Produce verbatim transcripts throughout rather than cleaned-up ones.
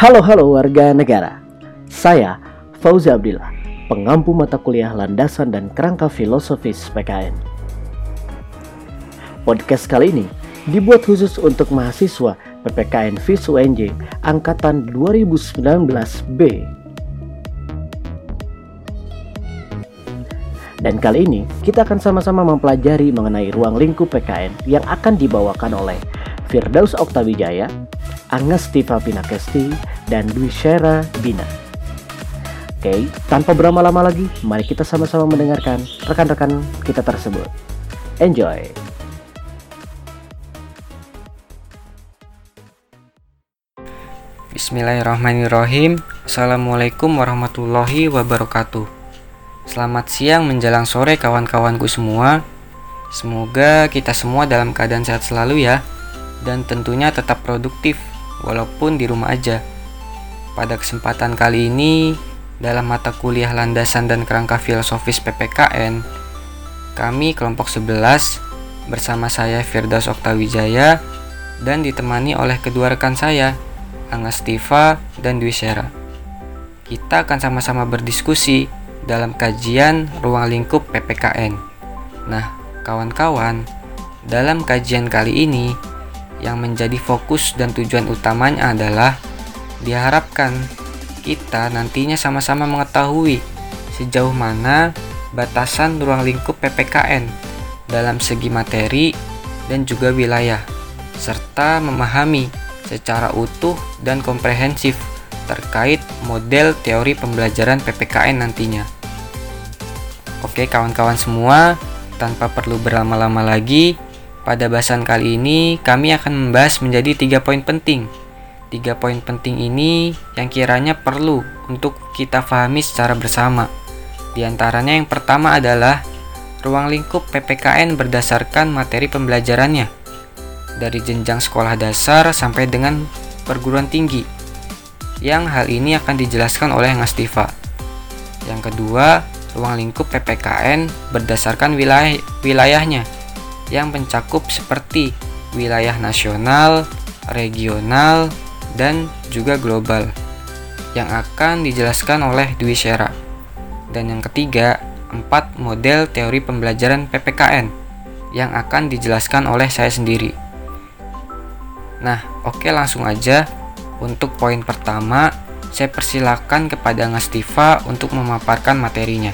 Halo halo warga negara. Saya Fauzi Abdillah, pengampu mata kuliah Landasan dan Kerangka Filosofis P K N. Podcast kali ini dibuat khusus untuk mahasiswa P P K N F I S U N J angkatan dua ribu sembilan belas B. Dan kali ini kita akan sama-sama mempelajari mengenai ruang lingkup P K N yang akan dibawakan oleh Firdaus Oktawijaya, Angastiva Pinakesti, dan Dwi Syera Bina. Oke, tanpa berlama-lama lagi, mari kita sama-sama mendengarkan rekan-rekan kita tersebut. Enjoy! Bismillahirrahmanirrahim. Assalamualaikum warahmatullahi wabarakatuh. Selamat siang menjelang sore kawan-kawanku semua. Semoga kita semua dalam keadaan sehat selalu ya, dan tentunya tetap produktif walaupun di rumah aja. Pada kesempatan kali ini, dalam mata kuliah Landasan dan Kerangka Filosofis P P K N, kami kelompok sebelas bersama saya Firdaus Oktawijaya dan ditemani oleh kedua rekan saya, Angastiva dan Dwi Syera. Kita akan sama-sama berdiskusi dalam kajian ruang lingkup P P K N. Nah, kawan-kawan, dalam kajian kali ini yang menjadi fokus dan tujuan utamanya adalah diharapkan kita nantinya sama-sama mengetahui sejauh mana batasan ruang lingkup P P K N dalam segi materi dan juga wilayah, serta memahami secara utuh dan komprehensif terkait model teori pembelajaran P P K N nantinya. Oke kawan-kawan semua, tanpa perlu berlama-lama lagi, pada bahasan kali ini kami akan membahas menjadi tiga poin penting. Tiga poin penting ini yang kiranya perlu untuk kita pahami secara bersama. Di antaranya yang pertama adalah ruang lingkup P P K N berdasarkan materi pembelajarannya, dari jenjang sekolah dasar sampai dengan perguruan tinggi, yang hal ini akan dijelaskan oleh Angastiva. Yang kedua, ruang lingkup P P K N berdasarkan wilayah wilayahnya, yang mencakup seperti wilayah nasional, regional, dan juga global, yang akan dijelaskan oleh Dwi Syera. Dan yang ketiga, empat model teori pembelajaran P P K N, yang akan dijelaskan oleh saya sendiri. Nah, oke langsung aja. Untuk poin pertama, saya persilakan kepada Angastiva untuk memaparkan materinya.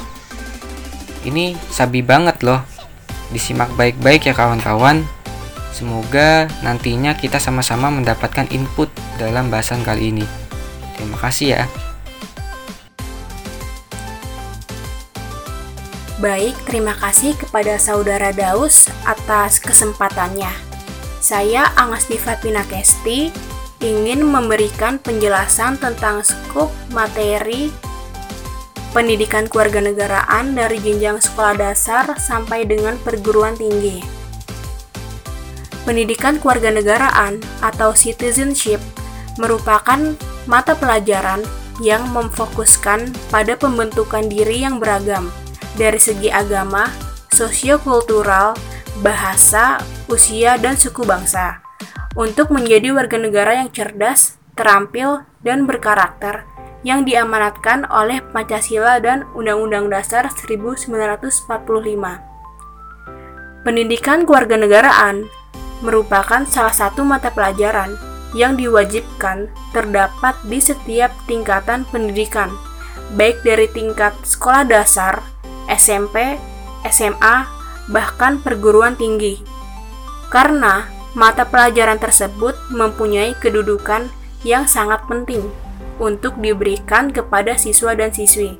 Ini sabi banget loh. Disimak baik-baik ya kawan-kawan. Semoga nantinya kita sama-sama mendapatkan input dalam bahasan kali ini. Terima kasih ya. Baik, terima kasih kepada Saudara Daus atas kesempatannya. Saya Angastiva Pinakesti ingin memberikan penjelasan tentang skop materi pendidikan kewarganegaraan dari jenjang sekolah dasar sampai dengan perguruan tinggi. Pendidikan kewarganegaraan atau citizenship merupakan mata pelajaran yang memfokuskan pada pembentukan diri yang beragam dari segi agama, sosiokultural, bahasa, usia, dan suku bangsa untuk menjadi warga negara yang cerdas, terampil, dan berkarakter yang diamanatkan oleh Pancasila dan Undang-Undang Dasar seribu sembilan ratus empat puluh lima. Pendidikan kewarganegaraan merupakan salah satu mata pelajaran yang diwajibkan terdapat di setiap tingkatan pendidikan, baik dari tingkat sekolah dasar, S M P, S M A, bahkan perguruan tinggi. Karena mata pelajaran tersebut mempunyai kedudukan yang sangat penting untuk diberikan kepada siswa dan siswi.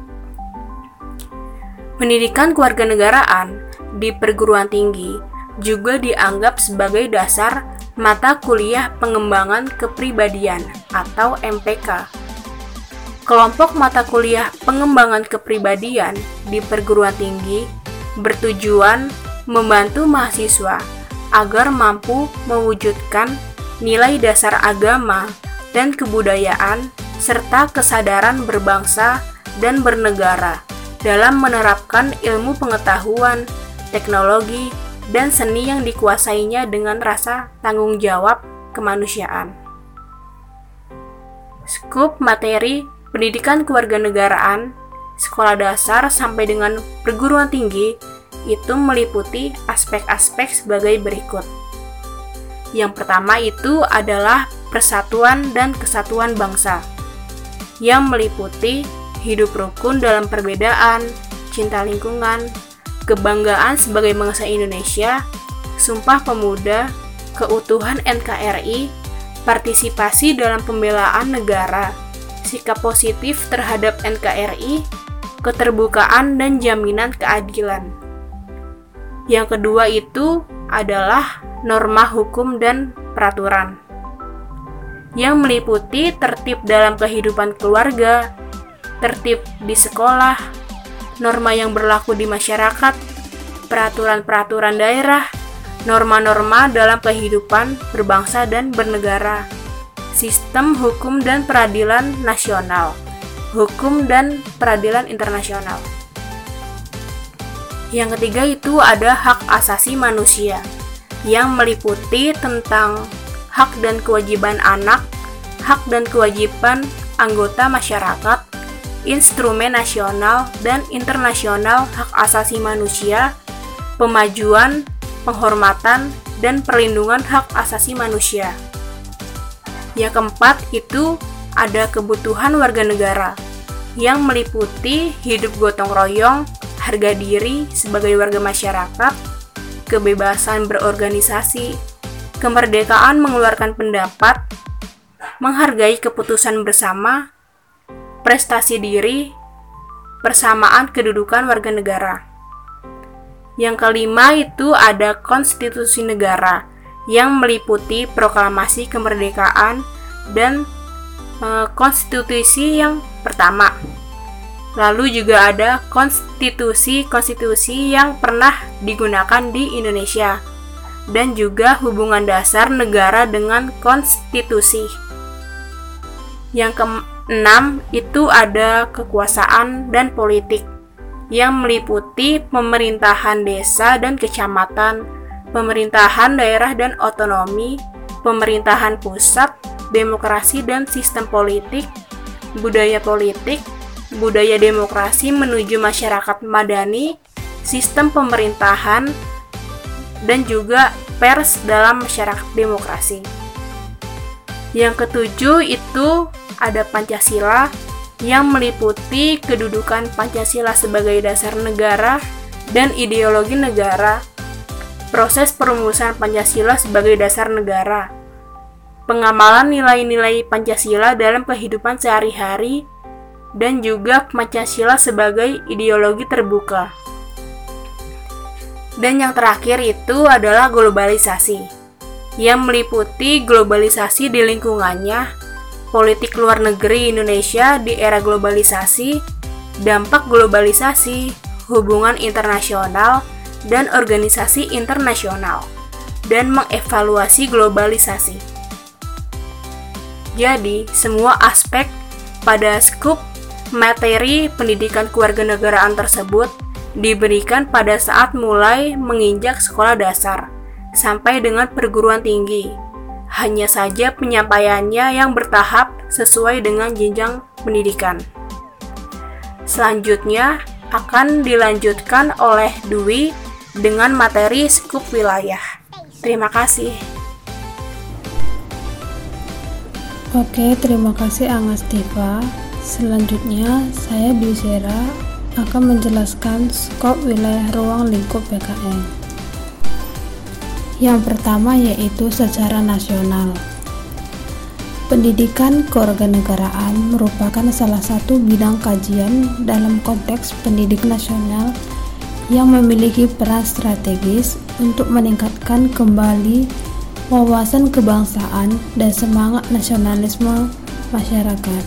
Pendidikan kewarganegaraan di perguruan tinggi juga dianggap sebagai dasar mata kuliah pengembangan kepribadian atau M P K. Kelompok mata kuliah pengembangan kepribadian di perguruan tinggi bertujuan membantu mahasiswa agar mampu mewujudkan nilai dasar agama dan kebudayaan, serta kesadaran berbangsa dan bernegara dalam menerapkan ilmu pengetahuan, teknologi, dan seni yang dikuasainya dengan rasa tanggung jawab kemanusiaan. skup materi pendidikan kewarganegaraan sekolah dasar sampai dengan perguruan tinggi itu meliputi aspek-aspek sebagai berikut. Yang pertama itu adalah persatuan dan kesatuan bangsa, yang meliputi hidup rukun dalam perbedaan, cinta lingkungan, kebanggaan sebagai bangsa Indonesia, Sumpah Pemuda, keutuhan N K R I, partisipasi dalam pembelaan negara, sikap positif terhadap N K R I, keterbukaan dan jaminan keadilan. Yang kedua itu adalah norma hukum dan peraturan, yang meliputi tertib dalam kehidupan keluarga, tertib di sekolah, norma yang berlaku di masyarakat, peraturan-peraturan daerah, norma-norma dalam kehidupan berbangsa dan bernegara, sistem hukum dan peradilan nasional, hukum dan peradilan internasional. Yang ketiga itu ada hak asasi manusia, yang meliputi tentang hak dan kewajiban anak, hak dan kewajiban anggota masyarakat, instrumen nasional dan internasional hak asasi manusia, pemajuan, penghormatan, dan perlindungan hak asasi manusia. Yang keempat itu ada kebutuhan warga negara, yang meliputi hidup gotong royong, harga diri sebagai warga masyarakat, kebebasan berorganisasi, kemerdekaan mengeluarkan pendapat, menghargai keputusan bersama, prestasi diri, persamaan kedudukan warga negara. Yang kelima itu ada konstitusi negara, yang meliputi proklamasi kemerdekaan dan e, konstitusi yang pertama. Lalu juga ada konstitusi-konstitusi yang pernah digunakan di Indonesia, dan juga hubungan dasar negara dengan konstitusi. Yang keenam itu ada kekuasaan dan politik, yang meliputi pemerintahan desa dan kecamatan, pemerintahan daerah dan otonomi, pemerintahan pusat, demokrasi dan sistem politik, budaya politik, budaya demokrasi menuju masyarakat madani, sistem pemerintahan, dan juga pers dalam masyarakat demokrasi. Yang ketujuh itu ada Pancasila, yang meliputi kedudukan Pancasila sebagai dasar negara dan ideologi negara, proses perumusan Pancasila sebagai dasar negara, pengamalan nilai-nilai Pancasila dalam kehidupan sehari-hari, dan juga Pancasila sebagai ideologi terbuka. Dan yang terakhir itu adalah globalisasi, yang meliputi globalisasi di lingkungannya, politik luar negeri Indonesia di era globalisasi, dampak globalisasi, hubungan internasional, dan organisasi internasional, dan mengevaluasi globalisasi. Jadi, semua aspek pada skup materi pendidikan kewarganegaraan tersebut diberikan pada saat mulai menginjak sekolah dasar sampai dengan perguruan tinggi. Hanya saja penyampaiannya yang bertahap sesuai dengan jenjang pendidikan. Selanjutnya akan dilanjutkan oleh Dwi dengan materi skup wilayah. Terima kasih. Oke, terima kasih Angastiva. Selanjutnya, saya Dwi Sera akan menjelaskan skop wilayah ruang lingkup P K N. Yang pertama yaitu secara nasional. Pendidikan kewarganegaraan merupakan salah satu bidang kajian dalam konteks pendidik nasional yang memiliki peran strategis untuk meningkatkan kembali wawasan kebangsaan dan semangat nasionalisme masyarakat.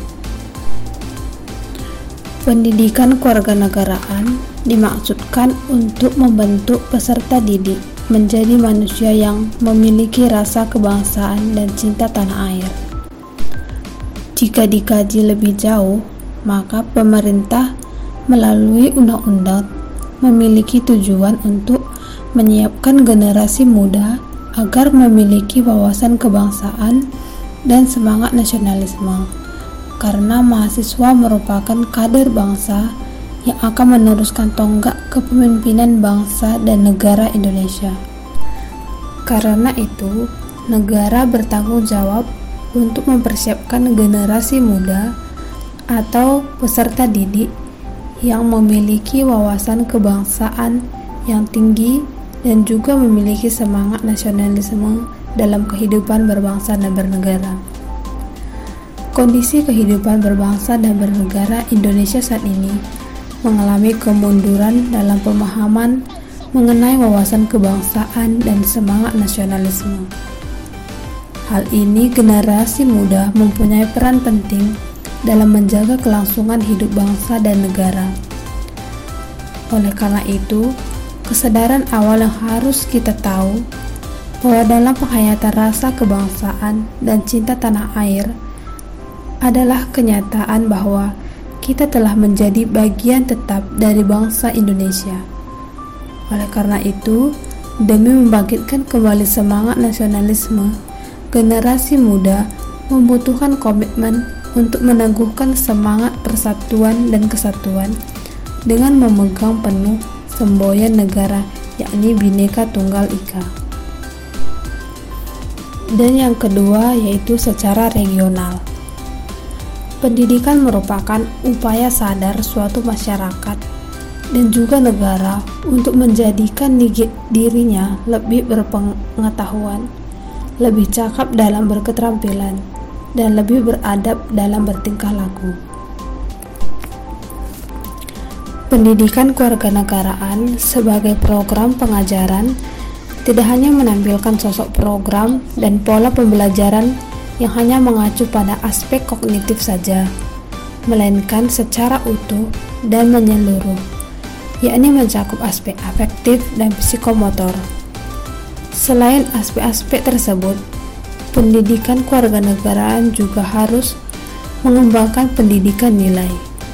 Pendidikan kewarganegaraan dimaksudkan untuk membentuk peserta didik menjadi manusia yang memiliki rasa kebangsaan dan cinta tanah air. Jika dikaji lebih jauh, maka pemerintah melalui undang-undang memiliki tujuan untuk menyiapkan generasi muda agar memiliki wawasan kebangsaan dan semangat nasionalisme, karena mahasiswa merupakan kader bangsa yang akan meneruskan tonggak kepemimpinan bangsa dan negara Indonesia. Karena itu, negara bertanggung jawab untuk mempersiapkan generasi muda atau peserta didik yang memiliki wawasan kebangsaan yang tinggi dan juga memiliki semangat nasionalisme dalam kehidupan berbangsa dan bernegara. Kondisi kehidupan berbangsa dan bernegara Indonesia saat ini mengalami kemunduran dalam pemahaman mengenai wawasan kebangsaan dan semangat nasionalisme. Hal ini generasi muda mempunyai peran penting dalam menjaga kelangsungan hidup bangsa dan negara. Oleh karena itu, kesadaran awal yang harus kita tahu bahwa dalam penghayatan rasa kebangsaan dan cinta tanah air adalah kenyataan bahwa kita telah menjadi bagian tetap dari bangsa Indonesia. Oleh karena itu, demi membangkitkan kembali semangat nasionalisme, generasi muda membutuhkan komitmen untuk meneguhkan semangat persatuan dan kesatuan dengan memegang penuh semboyan negara, yakni Bhinneka Tunggal Ika. Dan yang kedua yaitu secara regional. Pendidikan merupakan upaya sadar suatu masyarakat dan juga negara untuk menjadikan dirinya lebih berpengetahuan, lebih cakap dalam berketerampilan, dan lebih beradab dalam bertingkah laku. Pendidikan kewarganegaraan sebagai program pengajaran tidak hanya menampilkan sosok program dan pola pembelajaran yang hanya mengacu pada aspek kognitif saja, melainkan secara utuh dan menyeluruh, yakni mencakup aspek afektif dan psikomotor. Selain aspek-aspek tersebut, pendidikan kewarganegaraan juga harus mengembangkan pendidikan nilai,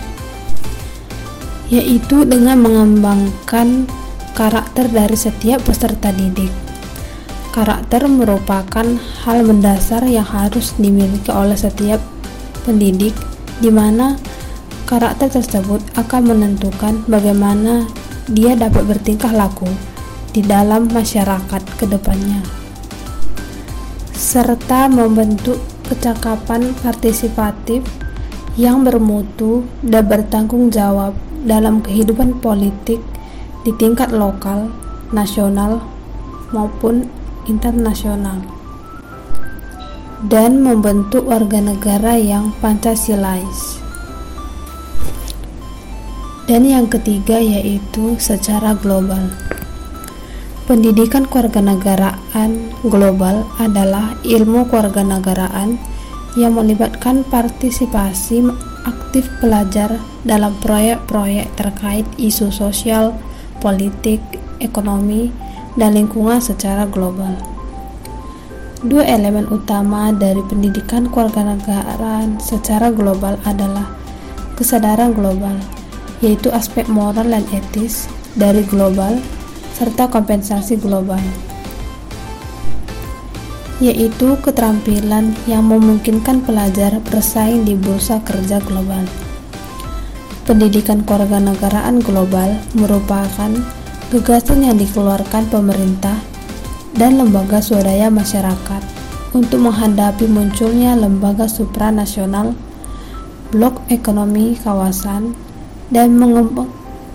yaitu dengan mengembangkan karakter dari setiap peserta didik. Karakter merupakan hal mendasar yang harus dimiliki oleh setiap pendidik, di mana karakter tersebut akan menentukan bagaimana dia dapat bertingkah laku di dalam masyarakat ke depannya, serta membentuk kecakapan partisipatif yang bermutu dan bertanggung jawab dalam kehidupan politik di tingkat lokal, nasional, maupun internasional, dan membentuk warga negara yang Pancasilais. Dan yang ketiga yaitu secara global. Pendidikan kewarganegaraan global adalah ilmu kewarganegaraan yang melibatkan partisipasi aktif pelajar dalam proyek-proyek terkait isu sosial, politik, ekonomi, dan lingkungan secara global. Dua elemen utama dari pendidikan kewarganegaraan secara global adalah kesadaran global, yaitu aspek moral dan etis dari global, serta kompensasi global, yaitu keterampilan yang memungkinkan pelajar bersaing di bursa kerja global. Pendidikan kewarganegaraan global merupakan gagasan yang dikeluarkan pemerintah dan lembaga swadaya masyarakat untuk menghadapi munculnya lembaga supranasional, blok ekonomi kawasan, dan mengembang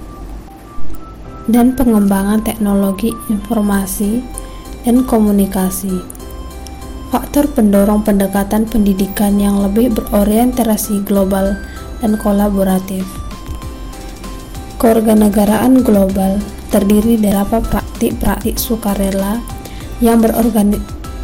dan pengembangan teknologi informasi dan komunikasi. Faktor pendorong pendekatan pendidikan yang lebih berorientasi global dan kolaboratif. Kewarganegaraan global terdiri dari beberapa praktik-praktik sukarela yang berorgani-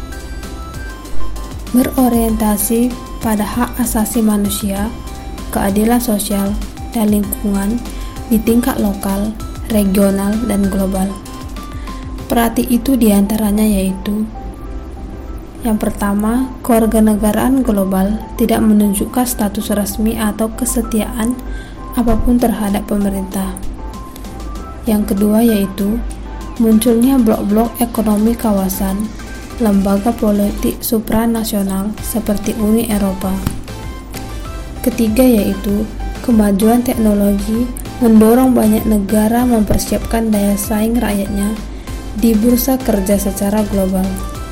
berorientasi pada hak asasi manusia, keadilan sosial, dan lingkungan di tingkat lokal, regional, dan global. Praktik itu diantaranya yaitu: yang pertama, kewarganegaraan global tidak menunjukkan status resmi atau kesetiaan apapun terhadap pemerintah. Yang kedua yaitu munculnya blok-blok ekonomi kawasan, lembaga politik supranasional seperti Uni Eropa. ketiga yaitu kemajuan teknologi mendorong banyak negara mempersiapkan daya saing rakyatnya di bursa kerja secara global.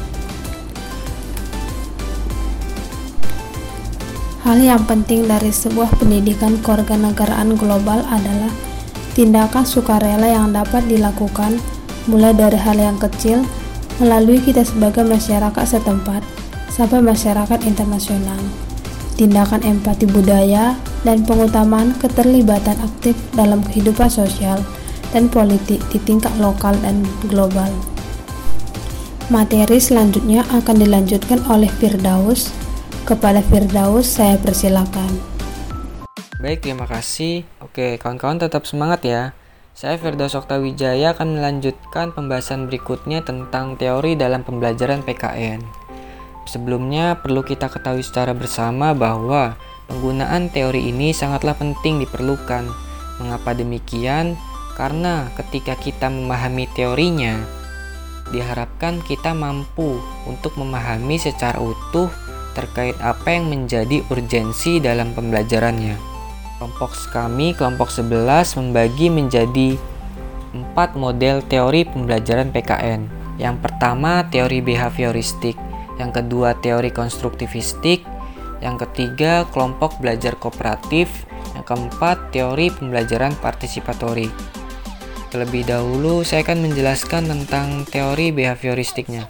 Hal yang penting dari sebuah pendidikan kewarganegaraan global adalah tindakan sukarela yang dapat dilakukan mulai dari hal yang kecil melalui kita sebagai masyarakat setempat sampai masyarakat internasional. Tindakan empati budaya dan pengutamaan keterlibatan aktif dalam kehidupan sosial dan politik di tingkat lokal dan global. Materi selanjutnya akan dilanjutkan oleh Firdaus. Kepada Firdaus saya persilakan. Baik, terima kasih. Oke, kawan-kawan tetap semangat ya. Saya Firdaus Oktawijaya akan melanjutkan pembahasan berikutnya tentang teori dalam pembelajaran P K N. Sebelumnya perlu kita ketahui secara bersama bahwa penggunaan teori ini sangatlah penting diperlukan. Mengapa demikian? Karena ketika kita memahami teorinya, diharapkan kita mampu untuk memahami secara utuh terkait apa yang menjadi urgensi dalam pembelajarannya. Kelompok kami, kelompok sebelas, membagi menjadi empat model teori pembelajaran P K N. Yang pertama, teori behavioristik. Yang kedua, teori konstruktivistik. Yang ketiga, kelompok belajar kooperatif. Yang keempat, teori pembelajaran partisipatori. Terlebih dahulu, saya akan menjelaskan tentang teori behavioristiknya.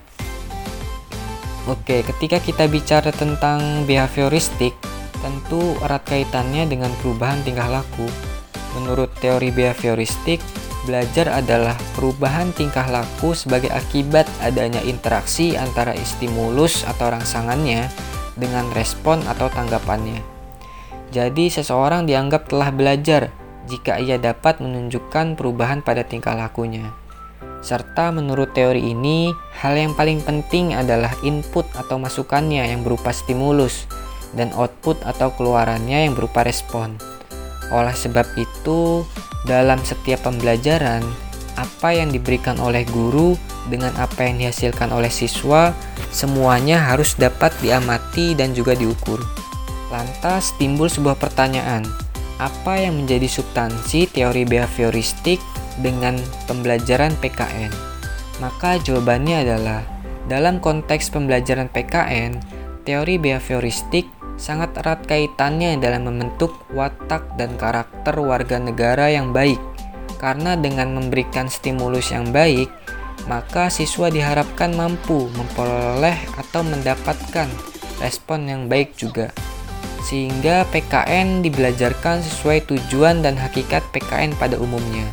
Oke, ketika kita bicara tentang behavioristik, tentu erat kaitannya dengan perubahan tingkah laku. Menurut teori behavioristik, belajar adalah perubahan tingkah laku sebagai akibat adanya interaksi antara stimulus atau rangsangannya dengan respon atau tanggapannya. Jadi, seseorang dianggap telah belajar jika ia dapat menunjukkan perubahan pada tingkah lakunya. Serta menurut teori ini, hal yang paling penting adalah input atau masukannya yang berupa stimulus dan output atau keluarannya yang berupa respon. Oleh sebab itu, dalam setiap pembelajaran, apa yang diberikan oleh guru dengan apa yang dihasilkan oleh siswa, semuanya harus dapat diamati dan juga diukur. Lantas timbul sebuah pertanyaan, apa yang menjadi substansi teori behavioristik dengan pembelajaran P K N? Maka jawabannya adalah, dalam konteks pembelajaran P K N, teori behavioristik sangat erat kaitannya dalam membentuk watak dan karakter warga negara yang baik. Karena dengan memberikan stimulus yang baik, maka siswa diharapkan mampu memperoleh atau mendapatkan respon yang baik juga. Sehingga P K N dibelajarkan sesuai tujuan dan hakikat P K N pada umumnya.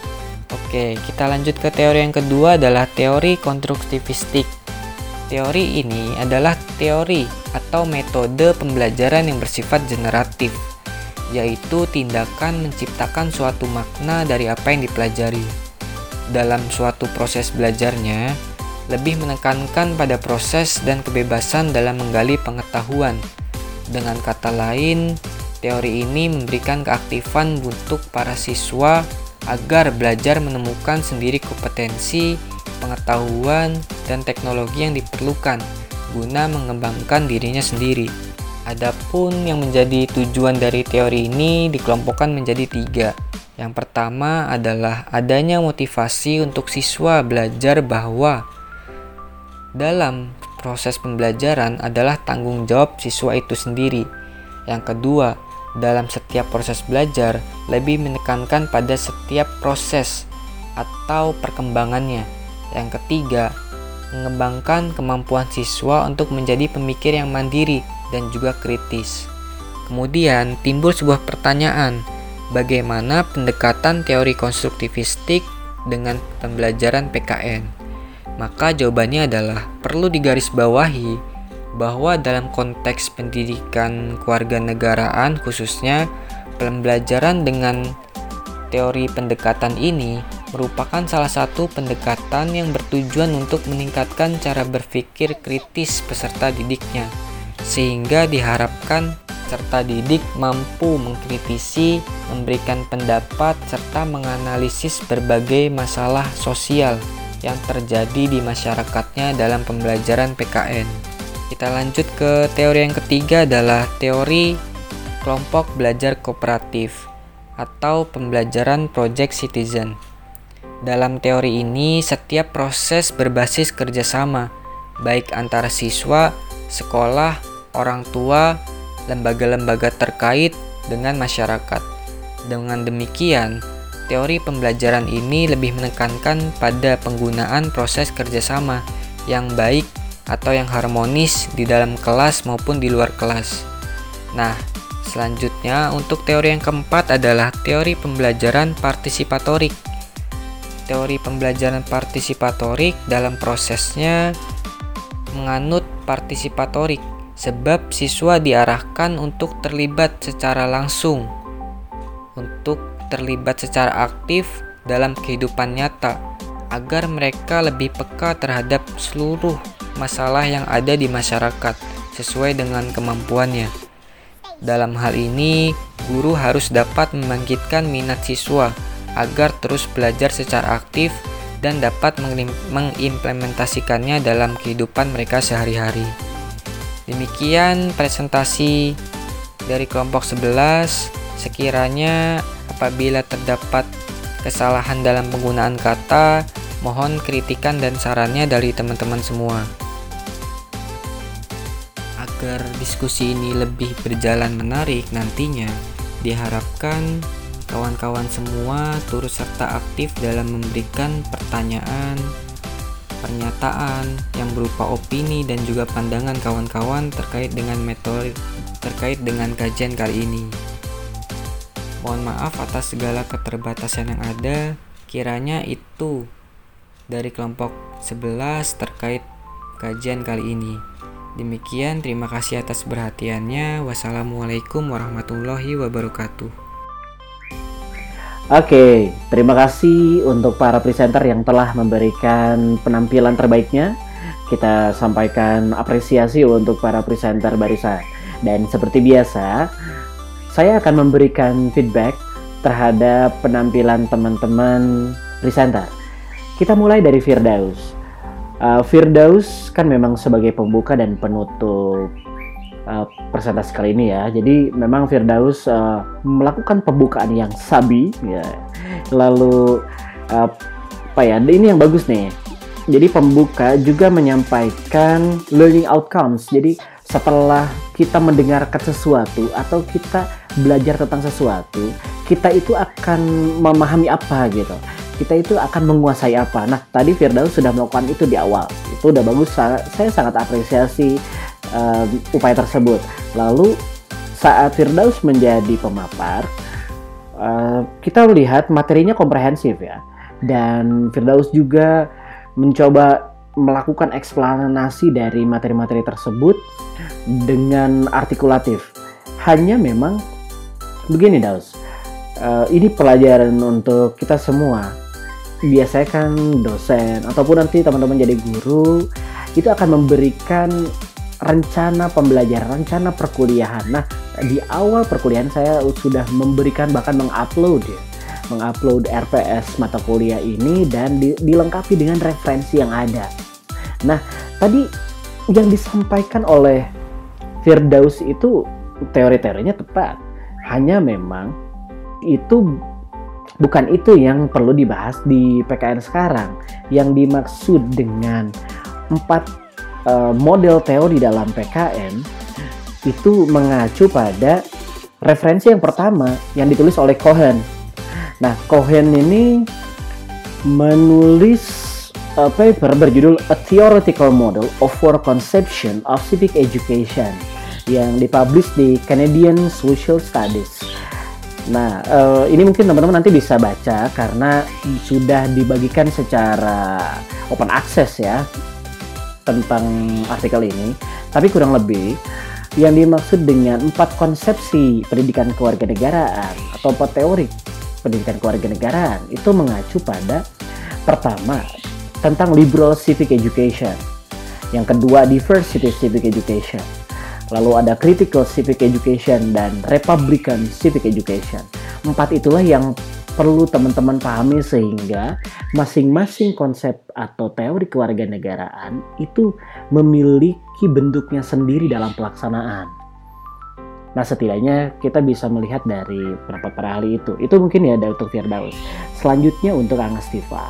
Oke, kita lanjut ke teori yang kedua adalah teori konstruktivistik. Teori ini adalah teori atau metode pembelajaran yang bersifat generatif, yaitu tindakan menciptakan suatu makna dari apa yang dipelajari. Dalam suatu proses belajarnya, lebih menekankan pada proses dan kebebasan dalam menggali pengetahuan. Dengan kata lain, teori ini memberikan keaktifan untuk para siswa agar belajar menemukan sendiri kompetensi, pengetahuan, dan teknologi yang diperlukan guna mengembangkan dirinya sendiri. Adapun yang menjadi tujuan dari teori ini dikelompokkan menjadi tiga. Yang pertama adalah adanya motivasi untuk siswa belajar bahwa dalam proses pembelajaran adalah tanggung jawab siswa itu sendiri. Yang kedua, dalam setiap proses belajar lebih menekankan pada setiap proses atau perkembangannya. Yang ketiga, mengembangkan kemampuan siswa untuk menjadi pemikir yang mandiri dan juga kritis. Kemudian timbul sebuah pertanyaan, bagaimana pendekatan teori konstruktivistik dengan pembelajaran P K N? Maka jawabannya adalah perlu digarisbawahi bahwa dalam konteks pendidikan kewarganegaraan khususnya, pembelajaran dengan teori pendekatan ini merupakan salah satu pendekatan yang bertujuan untuk meningkatkan cara berpikir kritis peserta didiknya, sehingga diharapkan peserta didik mampu mengkritisi, memberikan pendapat, serta menganalisis berbagai masalah sosial yang terjadi di masyarakatnya dalam pembelajaran P K N. Kita lanjut ke teori yang ketiga adalah teori kelompok belajar kooperatif atau pembelajaran project citizen. Dalam teori ini, setiap proses berbasis kerjasama, baik antara siswa, sekolah, orang tua, lembaga-lembaga terkait dengan masyarakat. Dengan demikian, teori pembelajaran ini lebih menekankan pada penggunaan proses kerjasama yang baik atau yang harmonis di dalam kelas maupun di luar kelas. Nah, selanjutnya untuk teori yang keempat adalah teori pembelajaran partisipatorik. Teori pembelajaran partisipatorik dalam prosesnya menganut partisipatorik, sebab siswa diarahkan untuk terlibat secara langsung, untuk terlibat secara aktif dalam kehidupan nyata, agar mereka lebih peka terhadap seluruh masalah yang ada di masyarakat sesuai dengan kemampuannya. Dalam hal ini, guru harus dapat membangkitkan minat siswa agar terus belajar secara aktif dan dapat mengimplementasikannya dalam kehidupan mereka sehari-hari. Demikian presentasi dari kelompok sebelas. Sekiranya apabila terdapat kesalahan dalam penggunaan kata, mohon kritikan dan sarannya dari teman-teman semua. Agar diskusi ini lebih berjalan menarik nantinya, diharapkan kawan-kawan semua turut serta aktif dalam memberikan pertanyaan, pernyataan yang berupa opini dan juga pandangan kawan-kawan terkait dengan metode terkait dengan kajian kali ini. Mohon maaf atas segala keterbatasan yang ada. Kiranya itu dari kelompok sebelas terkait kajian kali ini. Demikian, terima kasih atas perhatiannya. Wassalamualaikum warahmatullahi wabarakatuh. Oke, terima kasih untuk para presenter yang telah memberikan penampilan terbaiknya. Kita sampaikan apresiasi untuk para presenter barisan. Dan seperti biasa, saya akan memberikan feedback terhadap penampilan teman-teman presenter. Kita mulai dari Firdaus. Uh, Firdaus kan memang sebagai pembuka dan penutup uh, presentasi kali ini ya. Jadi memang Firdaus uh, melakukan pembukaan yang sabi ya. Lalu uh, apa ya? Ini yang bagus nih. Jadi pembuka juga menyampaikan learning outcomes. Jadi setelah kita mendengarkan sesuatu atau kita belajar tentang sesuatu, kita itu akan memahami apa gitu. Kita itu akan menguasai apa. Nah, tadi Firdaus sudah melakukan itu di awal. Itu udah bagus. Saya sangat apresiasi uh, upaya tersebut. Lalu saat Firdaus menjadi pemapar, uh, kita lihat materinya komprehensif ya. Dan Firdaus juga mencoba melakukan eksplanasi dari materi-materi tersebut dengan artikulatif. Hanya memang begini Daus, uh, ini pelajaran untuk kita semua. Biasanya kan dosen ataupun nanti teman-teman jadi guru itu akan memberikan rencana pembelajaran, rencana perkuliahan. Nah, di awal perkuliahan saya sudah memberikan bahkan mengupload ya, mengupload R P S mata kuliah ini dan di, dilengkapi dengan referensi yang ada. Nah, tadi yang disampaikan oleh Firdaus itu teori-teorinya tepat. Hanya memang itu bukan itu yang perlu dibahas di P K N sekarang. Yang dimaksud dengan empat uh, model teori dalam P K N itu mengacu pada referensi yang pertama yang ditulis oleh Cohen. Nah, Cohen ini menulis uh, paper berjudul A Theoretical Model of for Conception of Civic Education yang dipublish di Canadian Social Studies. Nah, uh, ini mungkin teman-teman nanti bisa baca karena sudah dibagikan secara open access ya tentang artikel ini. Tapi kurang lebih yang dimaksud dengan empat konsepsi pendidikan kewarganegaraan atau empat teori pendidikan kewarganegaraan itu mengacu pada pertama tentang liberal civic education, yang kedua diversity civic education, lalu ada critical civic education dan republican civic education. Empat itulah yang perlu teman-teman pahami sehingga masing-masing konsep atau teori kewarganegaraan itu memiliki bentuknya sendiri dalam pelaksanaan. Nah, setidaknya kita bisa melihat dari pendapat para ahli itu. Itu mungkin ya dari untuk Firdaus. Selanjutnya untuk Angga Stiva.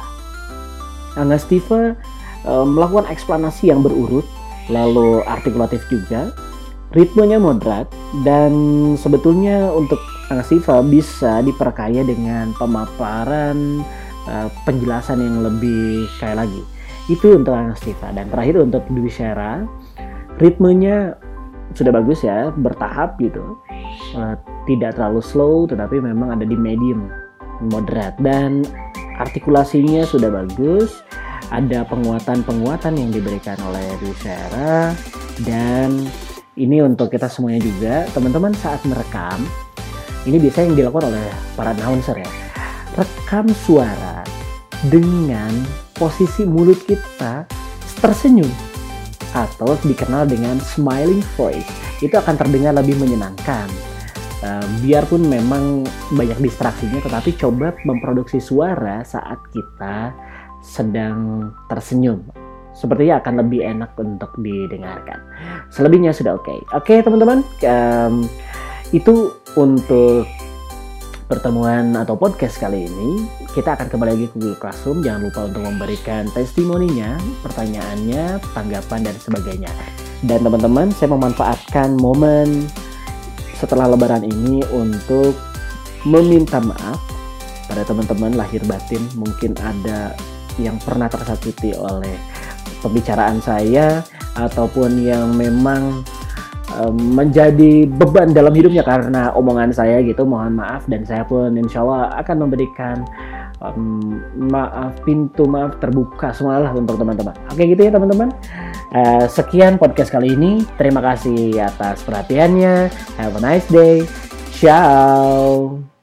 Angga Stiva e, melakukan eksplanasi yang berurut, lalu artikulatif juga, ritmenya moderat, dan sebetulnya untuk Angga Stiva bisa diperkaya dengan pemaparan e, penjelasan yang lebih kaya lagi. Itu untuk Angga Stiva. Dan terakhir untuk Dwi Syera, ritmenya sudah bagus ya, bertahap gitu, uh, tidak terlalu slow tetapi memang ada di medium moderat, dan artikulasinya sudah bagus, ada penguatan-penguatan yang diberikan oleh Dwi Syera. Dan ini untuk kita semuanya juga, teman-teman, saat merekam ini biasanya yang dilakukan oleh para announcer ya, rekam suara dengan posisi mulut kita tersenyum atau dikenal dengan smiling voice. Itu akan terdengar lebih menyenangkan. Uh, biarpun memang banyak distraksinya, tetapi coba memproduksi suara saat kita sedang tersenyum. Sepertinya akan lebih enak untuk didengarkan. Selebihnya sudah oke. Okay. Oke okay, teman-teman, um, itu untuk pertemuan atau podcast kali ini. Kita akan kembali lagi ke Google Classroom. Jangan lupa untuk memberikan testimoninya, pertanyaannya, tanggapan, dan sebagainya. Dan teman-teman, saya memanfaatkan momen setelah lebaran ini untuk meminta maaf pada teman-teman lahir batin. Mungkin ada yang pernah tersakiti oleh pembicaraan saya, ataupun yang memang menjadi beban dalam hidupnya karena omongan saya gitu. Mohon maaf, dan saya pun insya Allah akan memberikan um, maaf, pintu maaf terbuka semualah untuk teman-teman. Oke gitu ya teman-teman. Uh, sekian podcast kali ini. Terima kasih atas perhatiannya. Have a nice day. Ciao.